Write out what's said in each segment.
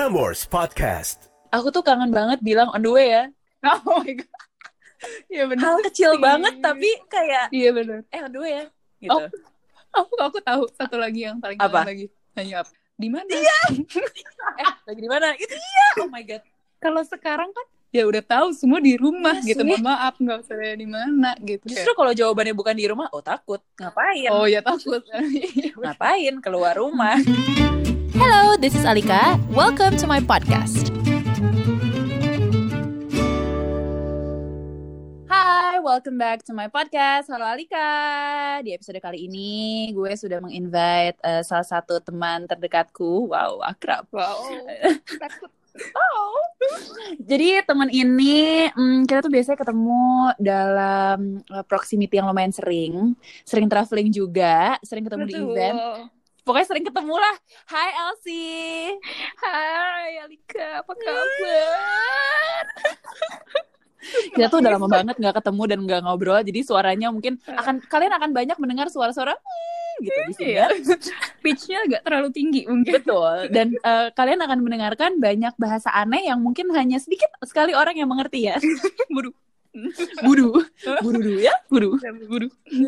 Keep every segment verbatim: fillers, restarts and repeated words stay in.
Prambors Podcast. Aku tuh kangen banget bilang on the way ya. Oh my god. Iya benar. Hal kecil banget tapi kayak Iya benar. eh on the way ya gitu. Oh, aku aku tahu satu lagi yang paling Apa? kangen lagi. Hanya apa? Di mana? Iya. eh lagi di mana? Itu iya. Oh my god. Kalau sekarang kan ya udah tahu semua di rumah Iya gitu. sih. Mohon maaf nggak usah di mana gitu. Justru kalau jawabannya bukan di rumah, oh takut. Ngapain? Oh ya takut. Ngapain keluar rumah? Hello, this is Alika. Welcome to my podcast. Hai, welcome back to my podcast. Halo Alika. Di episode kali ini gue sudah menginvite uh, salah satu teman terdekatku. Wow, akrab. Wow. Takut. Oh. Jadi teman ini hmm, kita tuh biasanya ketemu dalam uh, proximity yang lumayan sering, sering traveling juga, sering ketemu di event. Pokoknya sering ketemu lah. Hai Elsie. Hai Alika, apa kabar? Kita tuh udah lama banget nggak ketemu dan nggak ngobrol, jadi suaranya mungkin akan kalian akan banyak mendengar suara-suara hmm, gitu di sini. Iya. Pitch-nya agak terlalu tinggi mungkin. Betul. Dan uh, kalian akan mendengarkan banyak bahasa aneh yang mungkin hanya sedikit sekali orang yang mengerti ya. Budu. Budu. Budu dulu ya. Budu. Budu.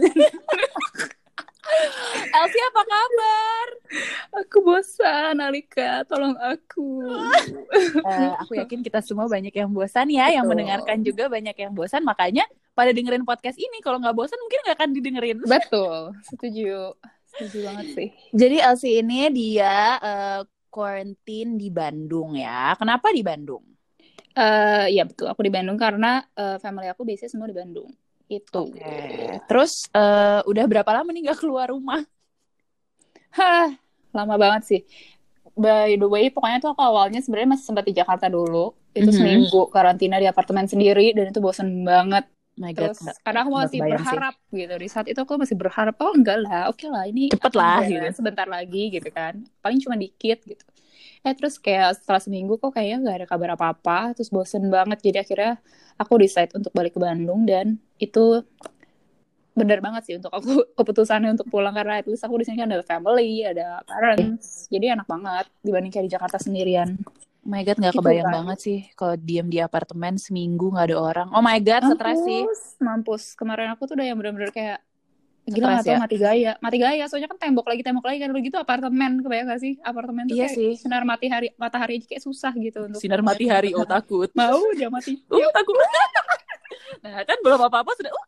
Elsie apa kabar? Aku bosan, Alika, tolong aku. Uh, aku yakin kita semua banyak yang bosan ya. Betul. Yang mendengarkan juga banyak yang bosan. Makanya pada dengerin podcast ini, kalau nggak bosan mungkin nggak akan didengerin. Betul, setuju. Setuju banget sih. Jadi Elsie ini dia uh, quarantine di Bandung ya. Kenapa di Bandung? Uh, ya betul, aku di Bandung karena uh, family aku biasanya semua di Bandung. Itu. Okay. Terus uh, udah berapa lama nih nggak keluar rumah? Hah, lama banget sih. By the way, pokoknya tuh aku awalnya sebenarnya masih sempat di Jakarta dulu. Itu Mm-hmm. seminggu karantina di apartemen sendiri dan itu bosan banget. My God, Terus nggak- karena aku nggak masih kebayang berharap gitu. Di saat itu aku masih berharap, oh enggak lah, oke lah ini Cepet akan lah, beres gitu. sebentar lagi gitu kan. Paling cuma dikit gitu. Eh terus kayak setelah seminggu kok kayaknya nggak ada kabar apa-apa, terus bosen banget. Jadi akhirnya aku decide untuk balik ke Bandung dan itu bener banget sih untuk aku keputusannya untuk pulang karena at least aku di sini kan ada family, ada parents. Jadi enak banget dibanding kayak di Jakarta sendirian. Oh my God, nggak Gitu kebayang kan. banget sih kalau diem di apartemen seminggu nggak ada orang. Oh my God, stres sih. Mampus, mampus. Kemarin aku tuh udah yang bener-bener kayak gila Stres nggak tahu ya? mati gaya, mati gaya. Soalnya kan tembok lagi tembok lagi kan udah gitu apartemen, kebayang gak sih? Apartemen tuh Iya kayak sih. sinar matahari matahari aja kayak susah gitu untuk Sinar matahari, oh takut. mau dia mati. Uh, takut. Nah kan belum apa-apa sudah. Uh,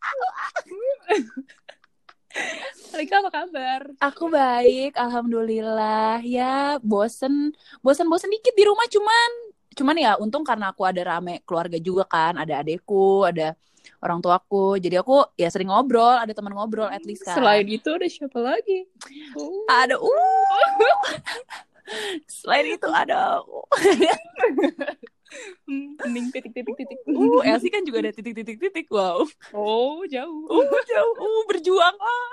Alika apa kabar? aku baik, alhamdulillah. Ya bosen, bosen-bosen dikit di rumah cuman, cuman ya untung karena aku ada rame keluarga juga kan, ada adekku, ada orang tuaku. Jadi aku ya sering ngobrol, ada teman ngobrol at least kan. Selain itu ada siapa lagi? Oh. Ada uh. Selain itu ada uh, Hmm, Hening titik-titik-titik. uh Elsie kan juga ada titik-titik-titik. Wow. Oh jauh. Uh jauh, uh berjuang. Ah.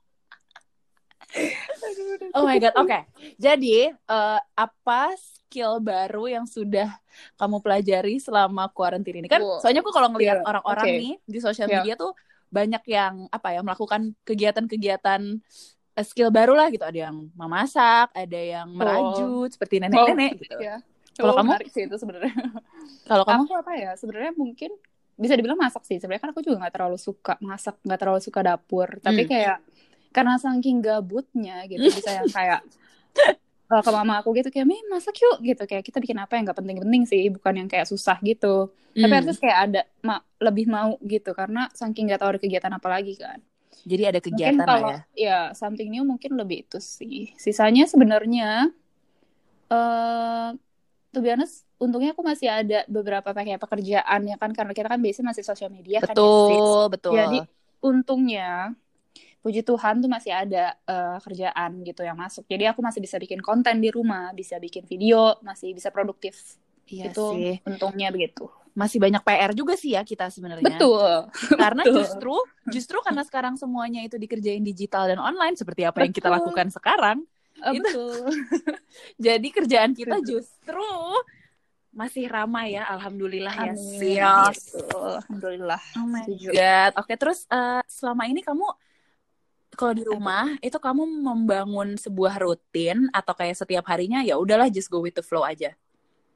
Oh my God, oke. Jadi eh, apa skill baru yang sudah kamu pelajari selama kuarantin ini? Kan Wow. soalnya aku kalau ngelihat Iya, orang-orang oke. nih di sosial Iya. media tuh banyak yang apa ya melakukan kegiatan-kegiatan eh, skill baru lah gitu. Ada yang memasak, ada yang merajut seperti nenek-nenek gitu. Ya. Kalau Oh, kamu? menarik sih itu sebenarnya. Kalau kamu? Aku apa ya? Sebenarnya mungkin bisa dibilang masak sih. Sebenarnya kan aku juga nggak terlalu suka masak, nggak terlalu suka dapur. Tapi Hmm. kayak karena saking gabutnya gitu, bisa yang kayak kalau ke mama aku gitu kayak, "Mi, masak yuk," gitu. Kayak kita bikin apa yang nggak penting-penting sih, bukan yang kayak susah gitu. Tapi Hmm. at least kayak ada ma- lebih mau gitu karena saking nggak tahu ada kegiatan apa lagi kan. Jadi ada Mungkin kegiatan kalau lah ya. ya something new mungkin lebih itu sih. Sisanya sebenarnya eh to be honest, untungnya aku masih ada beberapa kayak pekerjaan ya kan karena kita kan biasanya masih sosial media kan ya, sis. Betul, betul. Jadi untungnya puji Tuhan tuh masih ada eh, kerjaan gitu yang masuk. Jadi aku masih bisa bikin konten di rumah, bisa bikin video, masih bisa produktif. Iya Itu sih. untungnya begitu. Masih banyak P R juga sih ya kita sebenarnya. Betul. Karena Betul. justru justru karena sekarang semuanya itu dikerjain digital dan online seperti apa yang kita Betul. lakukan sekarang. Eh, Itu. betul. Jadi kerjaan kita Betul. justru masih ramai ya, alhamdulillah ya. Amin. Siap. Gitu. Alhamdulillah. Oh my Setuju. God. Oke, terus eh, selama ini kamu kalau di rumah itu kamu membangun sebuah rutin atau kayak setiap harinya ya udahlah just go with the flow aja?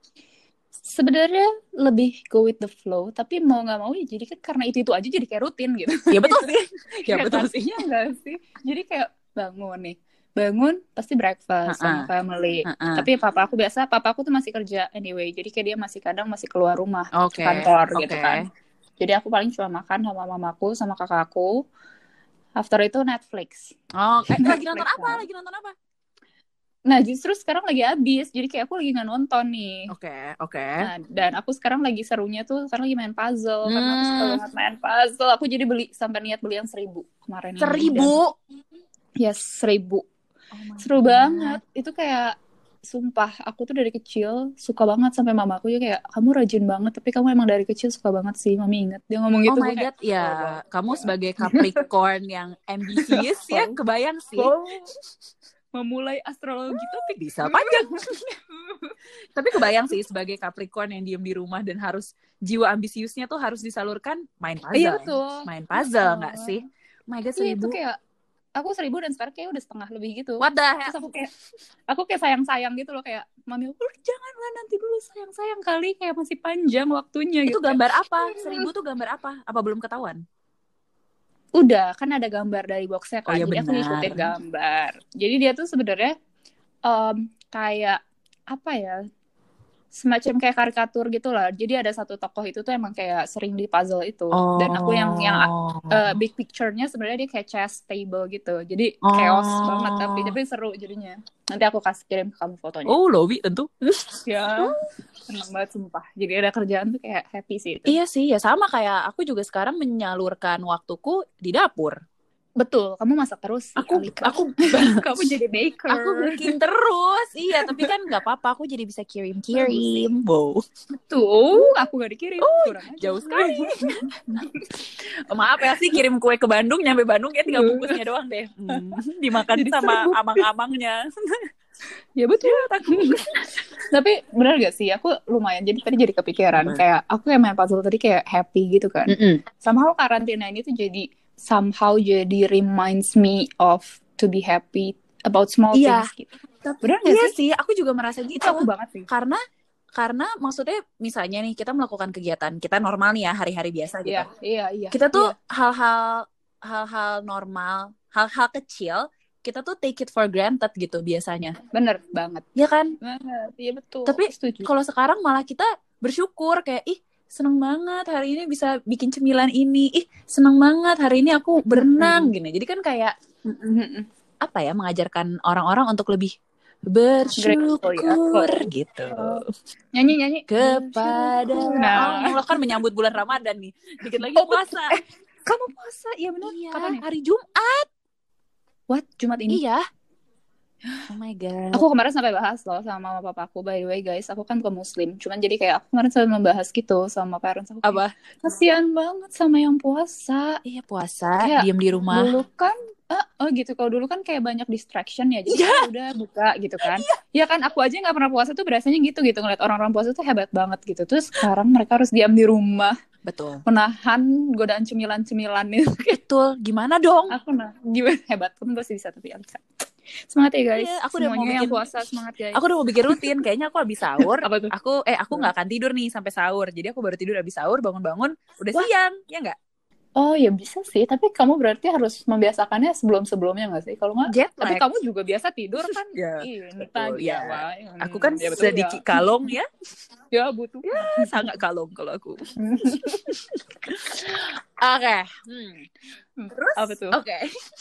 Sebenarnya lebih go with the flow, tapi mau nggak mau ya jadi kan karena itu itu aja jadi kayak rutin gitu. Ya betul sih. Ya Iya betul kan? sih. Iya nggak sih? Jadi kayak bangun nih, bangun pasti breakfast sama Ha-ha. family. Ha-ha. Tapi papa aku biasa, papa aku tuh masih kerja anyway, jadi kayak dia masih kadang masih keluar rumah Oke. ke kantor Oke. gitu kan. Jadi aku paling cuma makan sama mamaku sama kakakku. After itu Netflix. Oh, eh, lagi Netflix nonton apa? kan. Lagi nonton apa? Nah justru sekarang lagi habis, jadi kayak aku lagi nggak nonton nih. Oke, oke. Nah, dan aku sekarang lagi serunya tuh sekarang lagi main puzzle karena aku suka Hmm, banget main puzzle. Aku jadi beli sampai niat beli yang seribu kemarin ini. Dan seribu. yes, seribu. Oh my Seru God. banget. Itu kayak sumpah, aku tuh dari kecil suka banget sampai mamaku ya kayak kamu rajin banget, tapi kamu emang dari kecil suka banget sih, mami ingat. Dia ngomong Oh gitu my gue kayak God, ya oh, wow. kamu sebagai Capricorn yang ambisius ya, Wow. kebayang sih. Wow. Memulai astrologi topik Bisa panjang. Tapi kebayang sih sebagai Capricorn yang diem di rumah dan harus jiwa ambisiusnya tuh harus disalurkan main puzzle. Iya betul. Main puzzle nggak Uh, sih? Oh my God, Iya itu seribu. kayak aku seribu dan sekarang kayak udah setengah lebih gitu. What the hell? Terus aku kayak aku kayak sayang-sayang gitu loh, kayak mami aku janganlah nanti dulu, sayang-sayang kali kayak masih panjang waktunya Itu gitu. Kayak, gambar apa? Seribu tuh gambar apa? Apa belum ketahuan? udah kan ada gambar dari boxnya Oh kan, ya jadi aku ngikutin benar. gambar. Jadi dia tuh sebenarnya em, kayak apa ya, semacam kayak karikatur gitu lah. Jadi ada satu tokoh itu tuh emang kayak sering di puzzle itu. Dan aku yang yang Oh. uh, big picture-nya sebenarnya dia kayak chess table gitu. Jadi chaos Oh. banget tapi tapi seru jadinya. Nanti aku kasih kirim ke kamu fotonya. Oh, Lowi tentu. Ya, senang banget sumpah. Jadi ada kerjaan tuh kayak happy sih itu. Iya sih, ya sama kayak aku juga sekarang menyalurkan waktuku di dapur. Betul, kamu masak terus sih, Aku Alika. aku Kamu jadi baker. aku bikin terus. Iya, tapi kan nggak apa-apa, aku jadi bisa kirim-kirim. Wow. Tuh, aku gak dikirim. Kurang aja. Jauh sekali. Maaf ya sih, kirim kue ke Bandung, nyampe Bandung ya tinggal bungkusnya doang deh. Hmm, dimakan Jadi sama serbuk. amang-amangnya. Ya betul. Tapi benar gak sih, aku lumayan jadi tadi jadi kepikiran. Hmm. Kayak aku yang main puzzle tadi kayak happy gitu kan. Mm-mm. Somehow karantina ini tuh jadi somehow jadi reminds me of to be happy about small Iya. things gitu. Benar gak Iya sih? sih, aku juga merasa gitu. Itu aku banget sih. Karena karena maksudnya misalnya nih kita melakukan kegiatan kita normal nih ya, hari-hari biasa gitu. Iya, iya, iya. Kita tuh iya. hal-hal hal-hal normal, hal-hal kecil kita tuh take it for granted gitu biasanya. Bener banget. Ya kan? Banget. Iya betul. Tapi setuju. kalau sekarang malah kita bersyukur kayak ih seneng banget hari ini bisa bikin cemilan ini. Ih seneng banget hari ini aku berenang gini. Jadi kan kayak Mm-mm. apa ya, mengajarkan orang-orang untuk lebih bersyukur Grateful ya. gitu Nyanyi nyanyi kepada Nah. Allah. Kan menyambut bulan Ramadan nih, dikit lagi Oh, puasa. eh, kamu puasa? Iya benar. Iya, Kapan ya? hari Jumat. What? Jumat ini? Iya. Oh my god. Aku kemarin sampai bahas loh sama mama papaku. By the way guys, aku kan bukan muslim. Cuman jadi kayak aku kemarin sampai membahas gitu sama parents aku. Apa? Kasian banget sama yang puasa. Iya puasa, Kayak diem di rumah. Dulu kan ah, oh gitu. Kalau dulu kan kayak banyak distraction ya. Jadi Iya. ya udah buka gitu kan. Iya kan, aku aja nggak pernah puasa tuh berasanya gitu gitu, ngeliat orang-orang puasa tuh hebat banget gitu. Terus sekarang mereka harus diam di rumah, Betul. menahan godaan cemilan-cemilan itu. Betul. Gimana dong? Aku nah gimana, hebat, kamu pasti bisa. Tapi Alisa semangat ya guys. Iya, aku udah mau semuanya yang bikin- puasa semangat guys. Aku udah mau bikin rutin. Kayaknya aku habis sahur. Apa tuh? Aku eh aku nggak akan tidur nih sampai sahur. Jadi aku baru tidur habis sahur, bangun-bangun udah Wah. siang, ya nggak? Oh ya bisa sih, tapi kamu berarti harus membiasakannya sebelum-sebelumnya nggak sih? Kalau nggak, Jet tapi lag. kamu juga biasa tidur kan? Ya, Ini betul, pagi ya. ya. Aku kan ya, betul, sedikit kalong ya, ya. Ya butuh. sangat kalong kalau aku. Oke. Hmm. Terus? Apa tuh? Oke.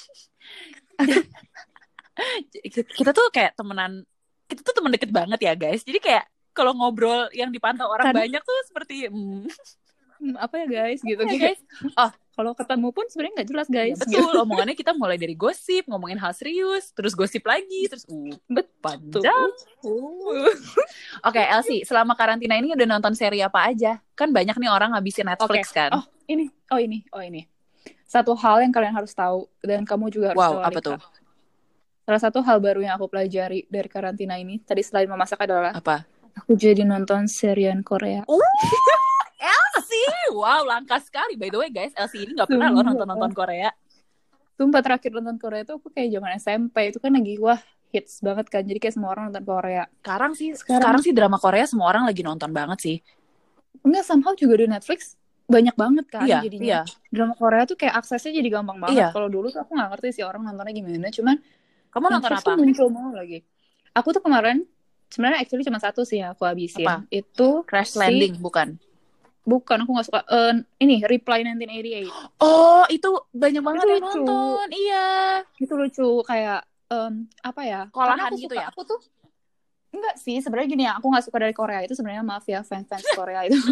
Kita tuh kayak temenan, kita tuh temen deket banget ya guys. Jadi kayak kalau ngobrol yang dipantau orang Kan- banyak tuh seperti hmm, Hmm, apa ya guys? Gitu ya, guys. Oh. Kalau ketemu pun sebenarnya nggak jelas guys. ya, betul. Omongannya kita mulai dari gosip, ngomongin hal serius, terus gosip lagi, terus uh, Betul. panjang. Oke, Elsie, selama karantina ini udah nonton seri apa aja? Kan banyak nih orang ngabisin Netflix kan. Oh ini, oh ini, oh ini. Satu hal yang kalian harus tahu dan kamu juga harus Wow, tahu. apa Alika. tuh? Salah satu hal baru yang aku pelajari dari karantina ini, tadi selain memasak adalah Apa? aku jadi nonton serian Korea. Elsie, wow, langka sekali. By the way guys, Elsie ini nggak pernah loh Sumpah. nonton-nonton Korea. Sumpah terakhir nonton Korea itu aku kayak zaman S M P. Itu kan lagi wah hits banget kan. Jadi kayak semua orang nonton Korea. Sekarang sih, Sekarang- sekarang, sih drama Korea semua orang lagi nonton banget sih. Enggak, somehow juga di Netflix banyak banget kan Iya, jadinya. iya. Drama Korea tuh kayak aksesnya jadi gampang banget. Iya. Kalau dulu tuh aku nggak ngerti sih orang nontonnya gimana. Cuman Kamu nonton Netflix apa? tuh muncul mulu lagi. Aku tuh kemarin sebenarnya actually cuma satu sih yang aku habisin. Apa? Itu Crash si- Landing, bukan? Bukan, aku nggak suka. Eh, ini Reply nineteen eighty-eight. Oh, itu banyak banget Itu yang lucu. nonton. Iya. Itu lucu kayak em, apa ya? Sekolahan Karena aku gitu suka- ya? Aku tuh enggak sih sebenarnya gini ya. Aku nggak suka dari Korea itu sebenarnya, maaf ya fans-fans Korea itu.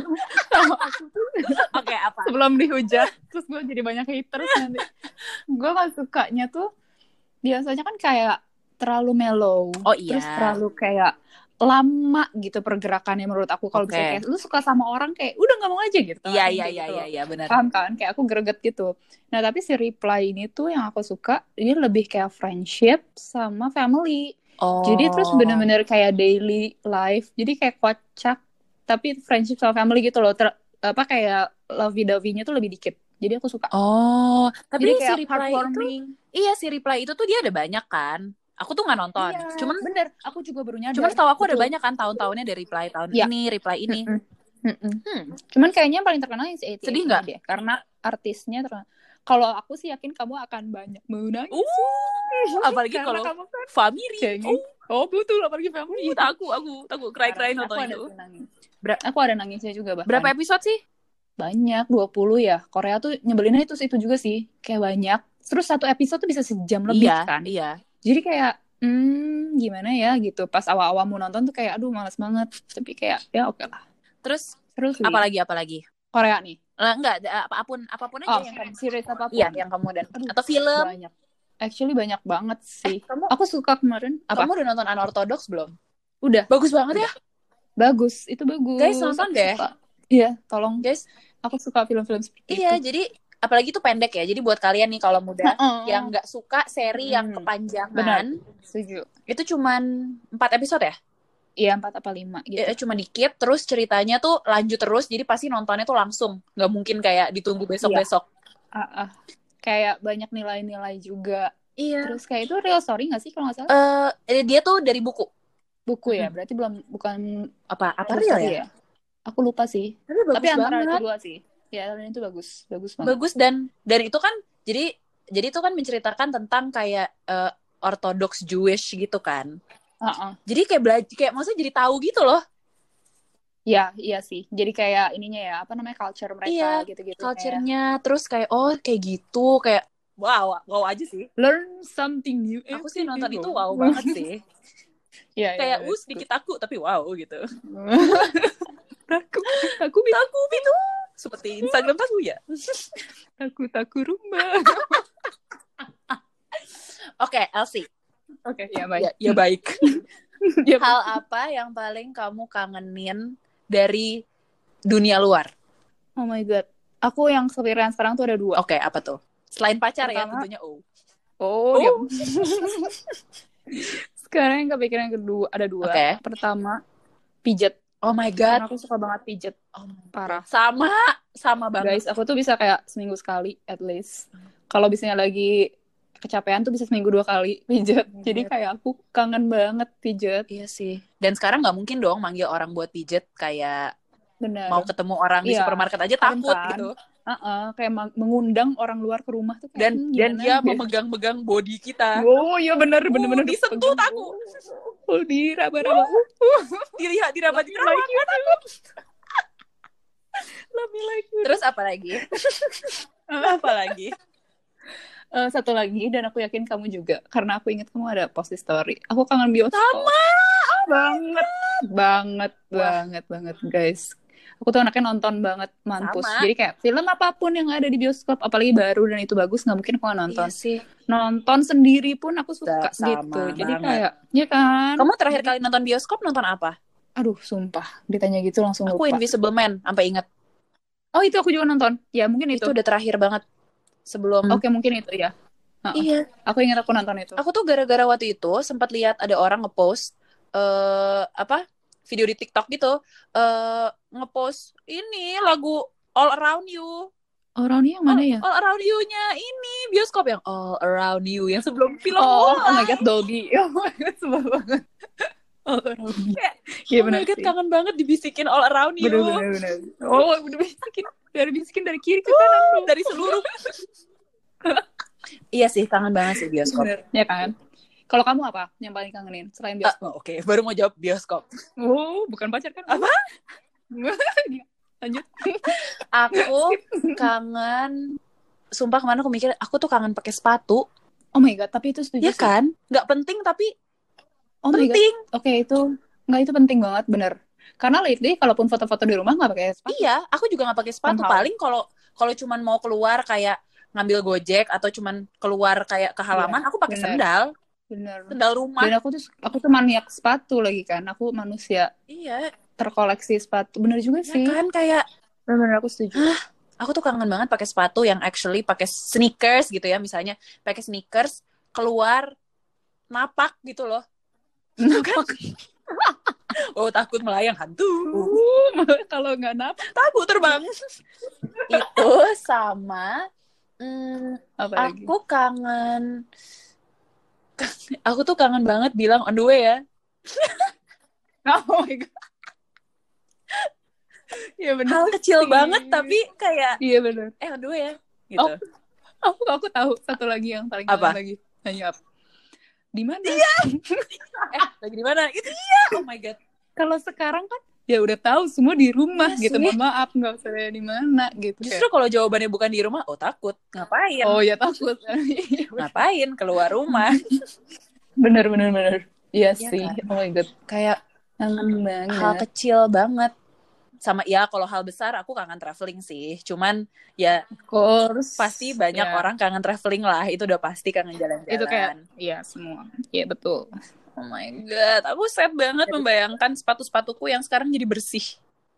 Oke, apa? Sebelum dihujat terus gue jadi banyak haters nanti. Gue nggak sukanya tuh biasanya kan kayak terlalu mellow. Oh, iya. Terus terlalu kayak lama gitu pergerakannya menurut aku. Kalau Oke. bisa kayak lu suka sama orang kayak udah ngomong aja gitu. Iya, Kayak iya, gitu iya, loh. iya, iya, benar. Paham kan? Kayak aku greget gitu. Nah tapi si Reply ini tuh yang aku suka, ini lebih kayak friendship sama family. Oh. Jadi terus bener-bener kayak daily life. Jadi kayak kocak, tapi friendship sama family gitu loh. Ter- apa kayak lovey-dovey-nya tuh lebih dikit. Jadi aku suka. Oh, tapi Jadi si kayak Reply itu, heartwarming. iya si Reply itu tuh dia ada banyak kan. Aku tuh nggak nonton. Iya, Cuman, bener. Aku juga baru nyadar. cuman setahu aku ada Betul. banyak kan tahun-tahunnya dari Reply tahun Iya. ini, Reply ini. Mm-mm. Mm-mm. Hmm. Cuman kayaknya yang paling terkenal yang si eighty-eight Sedih ini nggak? deh, karena artisnya terkenal. Kalau aku sih yakin kamu akan banyak menangis. Uh, apalagi Karena kalau kamu kan family. cengeng. Oh, Oh betul, apalagi family. uh, aku, aku, aku cry-cry Parah. nonton Aku ada itu. tuh nangis. Ber- Aku ada nangisnya juga bahkan. Berapa episode sih? Banyak, dua puluh ya. Korea tuh nyebelinnya itu itu juga sih. Kayak banyak. Terus satu episode tuh bisa sejam lebih Iya, kan. iya. Jadi kayak hmm gimana ya gitu. Pas awal-awal mau nonton tuh kayak aduh malas banget. Tapi kayak ya oke lah. Terus Terus apalagi apalagi? Korea nih. Lah, enggak, ada apapun apapun aja Oh, yang kamu. series apapun. Iya, yang kamu dan Aduh, atau film. banyak. Actually banyak banget sih. Eh, kamu Aku suka kemarin. Apa? kamu udah nonton Unorthodox belum? Udah. Bagus banget ya. Bagus. Itu bagus. Guys, nonton Aku deh. suka. Iya, tolong. Guys, Aku suka film-film seperti iya, itu. jadi apalagi itu pendek ya. Jadi buat kalian nih kalau muda Heeh. yang nggak suka seri yang Hmm. kepanjangan, Benar. Setuju. itu cuman empat episode ya? Iya, empat apa lima gitu. Ya, cuma dikit. Terus ceritanya tuh lanjut terus. Jadi pasti nontonnya tuh langsung. Nggak mungkin kayak ditunggu besok-besok. Ah, ah. Kayak banyak nilai-nilai juga. Iya. Terus kayak itu real story nggak sih kalau nggak salah? Eh, dia tuh dari buku. Buku ya, Mm-mm. berarti belum bukan Apa? Apa real real story ya? Aku lupa sih. Tapi bagus Tapi antara banget. itu dua sih. Ya, dan itu bagus, bagus banget. Bagus dan dan itu kan jadi jadi itu kan menceritakan tentang kayak eh, Orthodox Jewish gitu kan. Heeh. Jadi kayak belajar kayak maksudnya jadi tahu gitu loh. Ya, iya sih. Jadi kayak ininya ya, apa namanya culture mereka Iya, gitu-gitu. culture-nya terus kayak oh kayak gitu kayak wow wow aja sih. Kayak learn something new. Aku sih nonton every itu day. wow banget sih. Iya, iya, Kayak iya. uh sedikit takut tapi wow gitu. Aku, aku bisa. Takut itu seperti Instagram taku ya. Aku takut rumah. Oke, Elsie. Oke, ya baik. Ya, ya baik. Ya, Hal apa yang paling kamu kangenin dari dunia luar? oh my god. Aku yang kepikiran sekarang tuh ada dua. Oke, apa tuh? Selain pacar ya Pertama- tentunya. Oh. Oh, diam. Sekarang yang kepikiran yang kedua ada dua. Oke. Pertama, pijet. Oh my Karena god. aku suka banget pijet. Oh my God. Parah. Sama, sama banget. Guys, aku tuh bisa kayak seminggu sekali at least. Kalau misalnya lagi kecapean tuh bisa seminggu dua kali pijet. Jadi kayak aku kangen banget pijet. Iya sih. Dan sekarang nggak mungkin dong manggil orang buat pijet kayak Bener. mau ketemu orang di Iya, supermarket aja kan, takut kan. gitu. Uh-uh, kayak ma- mengundang orang luar ke rumah tuh kayak, Dan hmm, dan gimana dia gitu. memegang-megang body kita. Oh iya bener bener Uh, bener disentuh aku. Oh diraba-raba. Dilihat dirapat Let me like you too. Let me like you. Terus apa lagi? apa lagi? Eh, satu lagi dan aku yakin kamu juga karena aku ingat kamu ada post di story. Aku kangen bioskop. Sama. Banget, banget, Wah. banget, banget guys. Aku tuh anaknya nonton banget mampus. Sama. Jadi kayak film apapun yang ada di bioskop, apalagi baru dan itu bagus, nggak mungkin aku nggak nonton. Iya sih. Nonton sendiri pun aku suka Sama gitu. Jadi banget. kayak, ya kan. Kamu terakhir kali nonton bioskop nonton apa? Aduh, sumpah. Ditanya gitu langsung Aku lupa. Invisible Man, sampai inget. Oh itu aku juga nonton. Ya mungkin itu. Itu udah terakhir banget. Sebelum. Oke mungkin itu ya. Uh-uh. Iya. Aku ingat aku nonton itu. Aku tuh gara-gara waktu itu sempat lihat ada orang ngepost eh apa video di TikTok gitu, eh ngepost ini lagu All Around You All Around You yang mana ya? All Around You-nya ini bioskop yang All Around You yang sebelum film Oh, oh mulai. my god, Dolby. Oh my god, sebel banget. All Around You. Kayak, Iya oh my benar god, sih. kangen banget dibisikin All Around You. Bener bener bener. Oh, udah bisikin dari bisikin dari kiri ke kanan tuh. Dari seluruh. Iya sih, kangen banget sih bioskop. Bener, ya kan? Kalau kamu apa yang paling kangenin selain Ah, bioskop? oh, Oke, baru mau jawab bioskop. Oh, bukan pacar kan? Apa? Lanjut. Aku kangen. Sumpah kemana aku mikir, aku tuh kangen pakai sepatu. Oh my god, tapi itu setuju Ya sih. kan? Nggak penting tapi Oh my god. penting. Oke, itu nggak itu penting banget, bener. Karena lately kalaupun foto-foto di rumah nggak pakai sepatu. Iya, aku juga nggak pakai sepatu. Somehow. Paling kalau kalau cuman mau keluar kayak ngambil Gojek atau cuman keluar kayak ke halaman, Iya, aku pakai bener. sendal, Bener. sendal rumah. Dan aku tuh aku tuh maniak sepatu lagi kan. Aku manusia Iya, terkoleksi sepatu. Bener juga ya sih. kan kayak Bener, aku setuju. aku tuh kangen banget pakai sepatu yang actually pakai sneakers gitu ya, misalnya pakai sneakers keluar napak gitu loh. Oh, takut melayang hantu. Uh, kalau nggak napak Takut terbang. Itu sama hmm, apa lagi? aku kangen aku tuh kangen banget bilang on the way ya. Oh my god. Iya benar. Hal kecil sih. banget tapi kayak Iya benar. eh on the way ya gitu. Oh. Aku aku tahu satu lagi yang paling Apa? kangen lagi. Hanya apa? Di mana? Eh, lagi di mana? Itu iya. Oh my god. Kalau sekarang kan ya udah tahu semua di rumah Iya gitu. sih. Mohon maaf nggak usah di mana gitu. Justru kalau jawabannya bukan di rumah, oh takut. Ngapain? Kayak, oh ya takut. Ngapain keluar rumah? Bener bener bener. Iya Iya sih. kan? Oh my god. Kayak Kangen banget. hal kecil banget. Sama ya kalau hal besar aku kangen traveling sih. Cuman ya Of course. pasti banyak Ya. orang kangen traveling lah. Itu udah pasti kangen jalan-jalan. Itu kayak iya semua. Iya betul. Oh my god, aku sad banget membayangkan sepatu-sepatuku yang sekarang jadi bersih.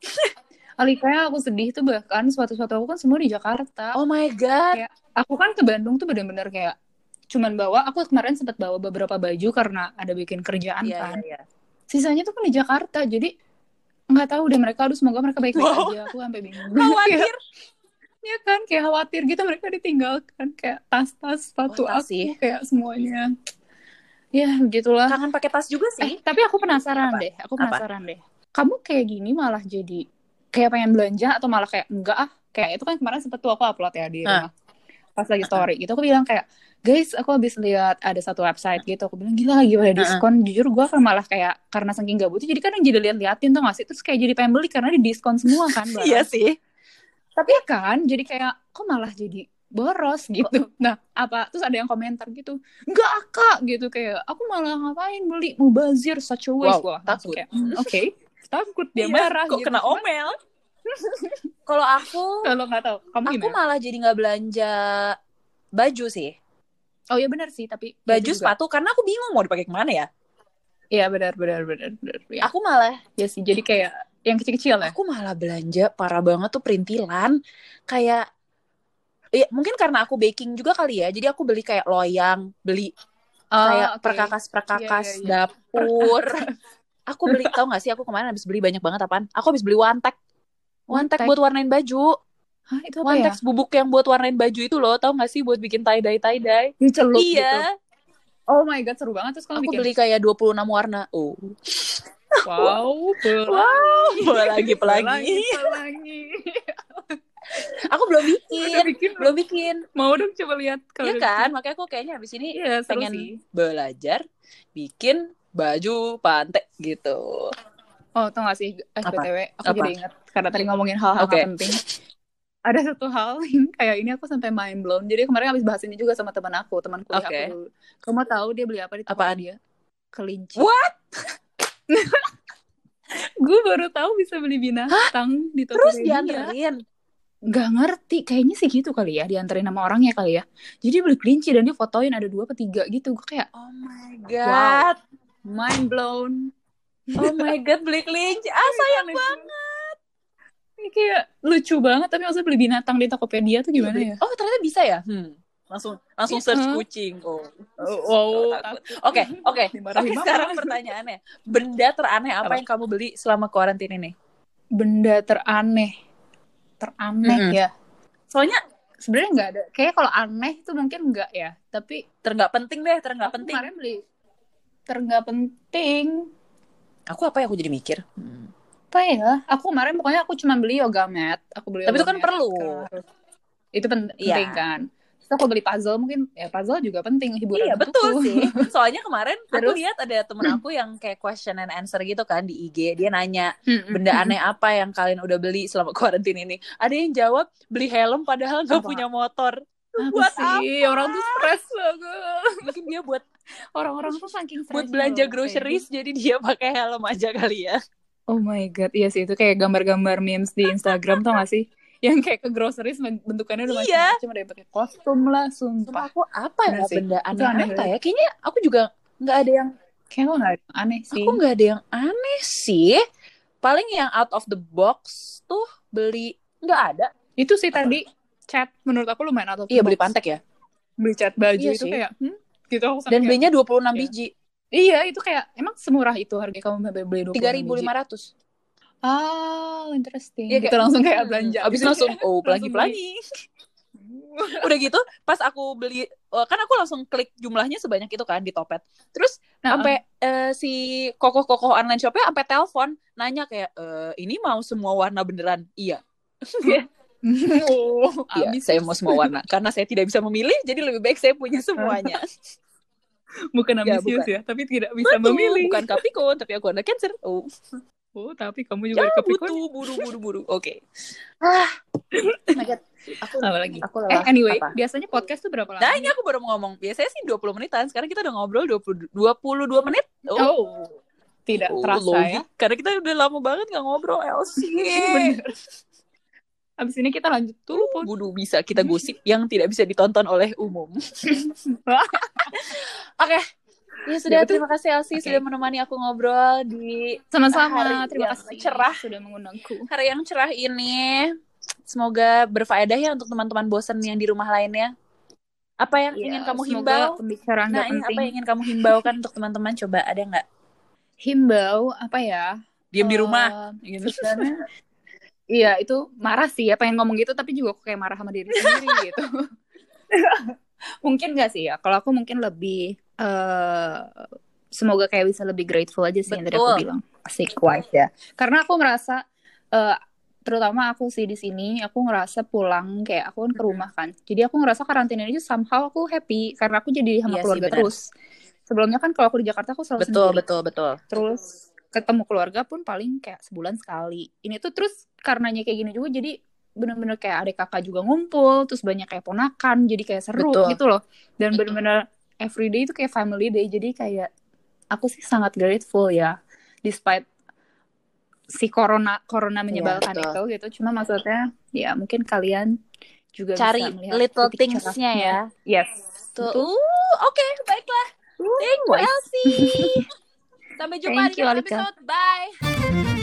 Alika, aku sedih tuh bahkan sepatu-sepatu aku kan semua di Jakarta. Oh my god. Kayak, aku kan ke Bandung tuh bener-bener kayak cuman bawa, aku kemarin sempat bawa beberapa baju karena ada bikin kerjaan Iya, kan. iya, iya. Sisanya tuh kan di Jakarta, jadi nggak tahu deh mereka, aduh semoga mereka baik-baik Wow. aja. Aku sampai bingung. Khawatir. Ya kan, kayak khawatir gitu mereka ditinggalkan, kayak tas-tas sepatu Oh, tas aku, sih. kayak semuanya. Ya, begitulah. Kangen pakai tas juga Eh, sih. tapi aku penasaran Apa? deh, aku penasaran deh. Kamu kayak gini malah jadi kayak pengen belanja atau malah kayak enggak ah? Kayak itu kan kemarin sempet tuh aku upload ya di rumah. Pas lagi story gitu, aku bilang kayak, guys, aku habis lihat ada satu website gitu. Aku bilang, gila lagi pada diskon. Jujur gue kan malah kayak, karena saking gak butuh, jadi kadang jadi liat-liatin tuh gak sih? Terus kayak jadi pengen beli karena di diskon semua kan. barang. Iya sih. Tapi kan, jadi kayak, kok malah jadi boros gitu. Nah, apa? Terus ada yang komentar gitu, enggak kak gitu. Kayak, aku malah ngapain beli, mubazir, such a waste. Wow, Wah, langsung takut. kayak, hmm, oke. Takut dia Iya, marah kok gitu. kena Cuman, omel. Kalau aku, kalau nggak tahu, kamu aku gimana? malah jadi nggak belanja baju sih. Oh iya benar sih, tapi Baju juga. sepatu karena aku bingung mau dipakai kemana ya. Iya benar benar benar benar. Ya. Aku malah Ya sih, jadi kayak yang kecil-kecil ya. aku malah belanja parah banget tuh perintilan. Kayak ya, mungkin karena aku baking juga kali ya. Jadi aku beli kayak loyang, beli Oh, kayak oke. perkakas-perkakas Iya, iya, iya. dapur. Aku beli, tau gak sih aku kemarin habis beli banyak banget apaan? Aku habis beli one tag. One tag One tag? buat warnain baju. Hah, itu apa One ya? tag bubuk yang buat warnain baju itu loh, tau gak sih buat bikin tie-dye tie-dye? Dicelup gitu. Iya, Oh my god, seru banget. Terus kamu aku bikin. beli kayak dua puluh enam warna. Oh. Wow, pelangi. Wow, pelangi pelangi. Pelangi, pelangi. Aku belum Udah bikin, bikin belum bikin. Mau dong coba lihat kalau Iya udah kan, makanya aku kayaknya habis ini bikin. Iya, seru pengen sih. belajar bikin baju pantai gitu. Oh, tau gak sih, eh, Apa? B T W, aku Apa? jadi ingat karena tadi ngomongin hal-hal Oke. penting. Ada satu hal yang kayak ini aku sampai mind blown. Jadi kemarin habis bahas ini juga sama teman aku, teman kuliah Oke. aku dulu. Kamu tahu dia beli apa di toko Apaan? dia? Kelinci. What? Gue baru tahu bisa beli binatang di toko Terus dia. dianterin. Gak ngerti, kayaknya sih gitu kali ya, dianterin sama orangnya kali ya. Jadi dia beli kelinci dan dia fotoin ada dua atau tiga gitu. Gue kayak Oh my god. mind blown. Oh my god, beli kelinci. Ah, sayang Aneh banget. Ini kayak lucu banget, tapi maksudnya beli binatang di Tokopedia tuh gimana ya? Oh, ternyata bisa ya? Hmm. Langsung langsung Iya. search kucing. Oh. Oh, takut. takut. Oke, oke. Dimarahin Oke, mama. sekarang pertanyaannya. Benda teraneh apa, Apa? yang kamu beli selama karantina ini? Benda teraneh. Teraneh Mm-mm. ya. Soalnya sebenarnya nggak ada. Kayak kalau aneh itu mungkin nggak ya. Tapi Terenggak penting deh, terenggak aku penting. kemarin beli terenggak penting. Aku apa ya, aku jadi mikir. Hmm. Apa ya? Aku kemarin pokoknya aku cuma beli yoga mat. Aku beli Tapi yoga itu kan mat perlu. karena harus- Itu pen- Iya. penting kan. Terus aku beli puzzle mungkin. Ya puzzle juga penting hiburan Iya untukku. betul sih. Soalnya kemarin aku Terus? lihat ada temen aku yang kayak question and answer gitu kan di I G. Dia nanya Mm-mm. benda aneh apa yang kalian udah beli selama karantina ini. Ada yang jawab beli helm padahal nggak Apa? punya motor. Apa Buat sih? apa? Orang tuh stres banget. Mungkin dia buat Orang-orang tuh saking stres. buat belanja groceries jadi dia pakai helm aja kali ya. Oh my god, iya sih itu kayak gambar-gambar memes di Instagram tau gak sih? Yang kayak ke groceries bentukannya udah Iya. macam-macam, ada yang pakai kostum lah, Sumpah sumpah. aku apa ya Bener sih. benda Itu aneh, aneh apa banget. ya? Kayaknya aku juga nggak ada yang Kayak gue gak ada yang aneh sih. aku nggak ada yang aneh sih. Paling yang out of the box tuh beli nggak ada. Itu sih tadi cat, menurut aku lumayan out of the Iya beli box. pantek ya. Beli cat baju Iya itu sih. kayak, hmm? Gitu aku sampai Dan kayak, belinya dua puluh enam Iya. biji. iya itu kayak, emang semurah itu harga kamu beli dua puluh tiga ribu lima ratus. Oh, interesting. Iya, Gitu kayak, langsung kayak hmm, belanja. Abis gitu. langsung oh Langsung pelangi-pelangi. Udah gitu pas aku beli oh, kan aku langsung klik jumlahnya sebanyak itu kan di Topet. Terus Nah, sampai eh, si kokoh-kokoh online shopnya sampai telepon nanya kayak e, ini mau semua warna beneran? Iya. oh, Iya, abis. saya mau semua warna karena saya tidak bisa memilih jadi lebih baik saya punya semuanya. Bukan Ya, ambisius bukan. ya, tapi tidak bisa Betul, memilih. bukan Capricorn tapi aku anak Cancer. Oh, Oh, tapi kamu juga ya ada Capricorn. butuh buru-buru-buru. Oke. Ah, oh my God. Aku Apa lagi? Aku Eh, lelah. anyway, Apa? biasanya podcast tuh berapa lama? Nah, ini aku baru mau ngomong. Biasanya sih dua puluh menitan. Sekarang kita udah ngobrol dua puluh, dua puluh dua menit. Oh, Oh, tidak oh, terasa logik. ya. Karena kita udah lama banget gak ngobrol, Elsie. Bener. Abis ini kita lanjut dulu, Pon. Budu bisa kita gosip yang tidak bisa ditonton oleh umum. Oke. Ya sudah, Ya, betul. terima kasih Elsie Oke. sudah menemani aku ngobrol di Sama-sama, hari terima yang kasih cerah. sudah mengundangku. hari yang cerah ini. Semoga berfaedah ya untuk teman-teman bosan yang di rumah lainnya. Apa yang Ya, ingin kamu semoga himbau? pembicaraan Nah, nggak ini penting. apa yang ingin kamu himbaukan untuk teman-teman? Coba ada nggak? Himbau apa ya? Diam di Eh, rumah. Gitu. Sebenarnya, iya itu marah sih ya, pengen ngomong gitu tapi juga aku kayak marah sama diri sendiri gitu. Mungkin nggak sih ya? Kalau aku mungkin lebih eh semoga kayak bisa lebih grateful aja sih yang tadi aku Betul. bilang. Asik wise ya. Karena aku merasa eh terutama aku sih di sini aku ngerasa pulang kayak aku kan ke rumah kan. Jadi aku ngerasa karantina ini somehow aku happy karena aku jadi sama Iya sih, keluarga benar. terus. Sebelumnya kan kalau aku di Jakarta aku selalu Betul, sendiri. betul, betul. Terus ketemu keluarga pun paling kayak sebulan sekali. Ini tuh terus karenanya kayak gini juga jadi bener-bener kayak adik kakak juga ngumpul, terus banyak kayak ponakan, jadi kayak seru Betul. gitu loh. Dan bener-bener everyday itu kayak family day, jadi kayak aku sih sangat grateful ya, despite si corona corona menyebalkan betul. itu gitu. Cuma maksudnya ya mungkin kalian juga Cari bisa melihat little titik things-nya cerahnya. ya. Yes. Tuh. Betul. Uh, Oke, baiklah. Thank you, Wise. Elsie. Sampai jumpa Thank di you, next Alika. episode. Bye.